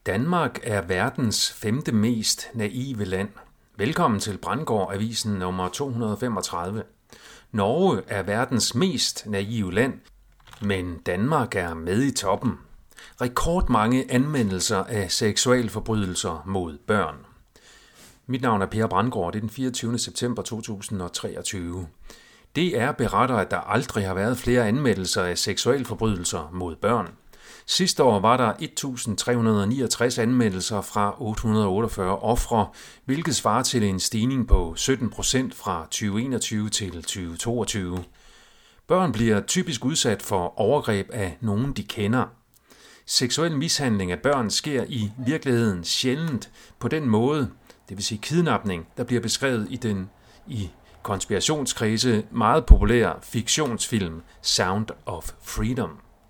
Danmark er verdens 5. mest naive land. Velkommen til Brandgård-avisen nummer 235. Norge er verdens mest naive land, men Danmark er med i toppen. Rekordmange anmeldelser af seksualforbrydelser mod børn. Mit navn er Per Brandgård, det er den 24. september 2023. DR beretter, at der aldrig har været flere anmeldelser af seksualforbrydelser mod børn. Sidste år var der 1.369 anmeldelser fra 848 ofre, hvilket svarer til en stigning på 17% fra 2021 til 2022. Børn bliver typisk udsat for overgreb af nogen, de kender. Seksuel mishandling af børn sker i virkeligheden sjældent på den måde, det vil sige kidnapning, der bliver beskrevet i den i konspirationskredse meget populære fiktionsfilm Sound of Freedom.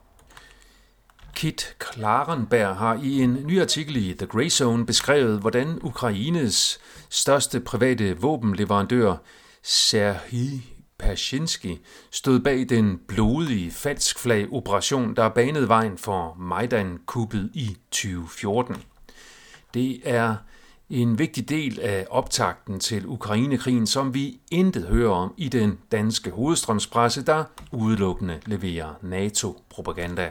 Kit Klarenberg har i en ny artikel i The Grey Zone beskrevet, hvordan Ukraines største private våbenleverandør, Serhij Pashinsky, stod bag den blodige falskflag-operation, der banede vejen for Majdan-kuppet i 2014. Det er en vigtig del af optakten til Ukrainekrigen, som vi intet hører om i den danske hovedstrømspresse, der udelukkende leverer NATO-propaganda.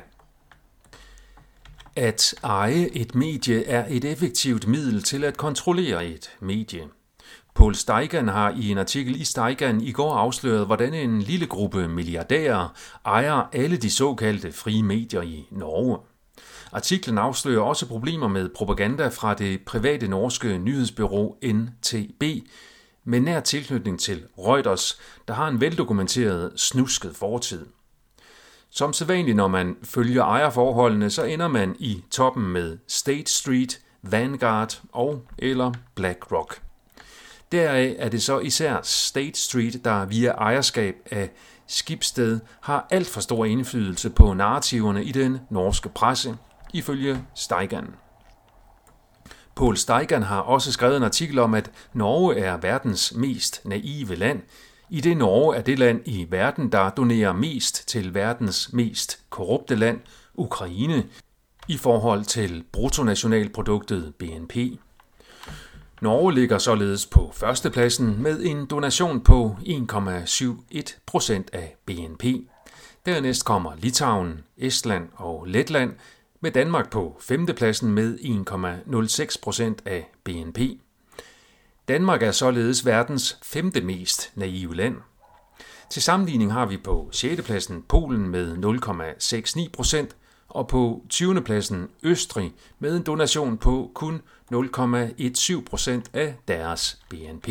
At eje et medie er et effektivt middel til at kontrollere et medie. Poul Steigan har i en artikel i Steigan i går afsløret, hvordan en lille gruppe milliardærer ejer alle de såkaldte frie medier i Norge. Artiklen afslører også problemer med propaganda fra det private norske nyhedsbureau NTB, med nær tilknytning til Reuters, der har en veldokumenteret snusket fortid. Som sædvanligt, når man følger ejerforholdene, så ender man i toppen med State Street, Vanguard og eller BlackRock. Deraf er det så især State Street, der via ejerskab af Schibsted har alt for stor indflydelse på narrativerne i den norske presse, ifølge Steigan. Poul Steigan har også skrevet en artikel om, at Norge er verdens mest naive land, i det Norge er det land i verden, der donerer mest til verdens mest korrupte land, Ukraine, i forhold til bruttonationalproduktet BNP. Norge ligger således på førstepladsen med en donation på 1,71% af BNP. Dernæst kommer Litauen, Estland og Letland, med Danmark på femtepladsen med 1,06% af BNP. Danmark er således verdens 5. mest naive land. Til sammenligning har vi på 6. pladsen Polen med 0,69% og på 20. pladsen Østrig med en donation på kun 0,17% af deres BNP.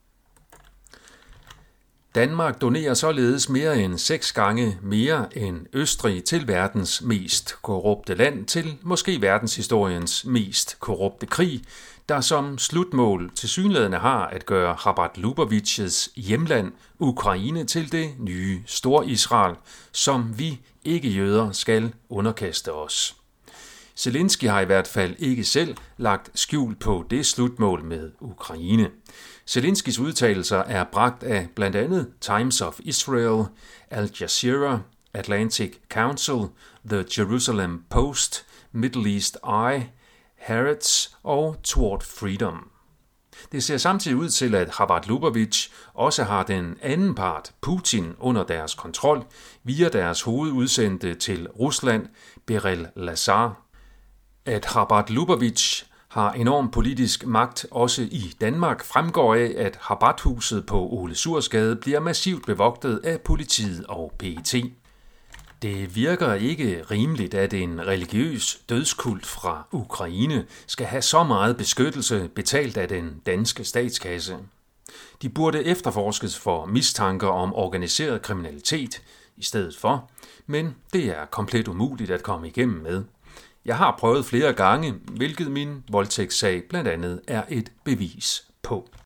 Danmark donerer således mere end 6 gange mere end Østrig til verdens mest korrupte land, til måske verdenshistoriens mest korrupte krig, der som slutmål tilsyneladende har at gøre Chabad Lubavitches hjemland Ukraine til det nye Stor-Israel, som vi ikke-jøder skal underkaste os. Zelensky har i hvert fald ikke selv lagt skjul på det slutmål med Ukraine. Zelenskys udtalelser er bragt af blandt andet Times of Israel, Al Jazeera, Atlantic Council, The Jerusalem Post, Middle East Eye, Haaretz og Toward Freedom. Det ser samtidig ud til, at Chabad Lubavitch også har den anden part, Putin, under deres kontrol, via deres hovedudsendte til Rusland, Berel Lazar. At Chabad Lubavitch har enorm politisk magt også i Danmark, fremgår af, at Chabad-huset på Ole Suhrs-Gade bliver massivt bevogtet af politiet og PET. Det virker ikke rimeligt, at en religiøs dødskult fra Ukraine skal have så meget beskyttelse betalt af den danske statskasse. De burde efterforskes for mistanker om organiseret kriminalitet i stedet for, men det er komplet umuligt at komme igennem med. Jeg har prøvet flere gange, hvilket min voldtægtssag blandt andet er et bevis på.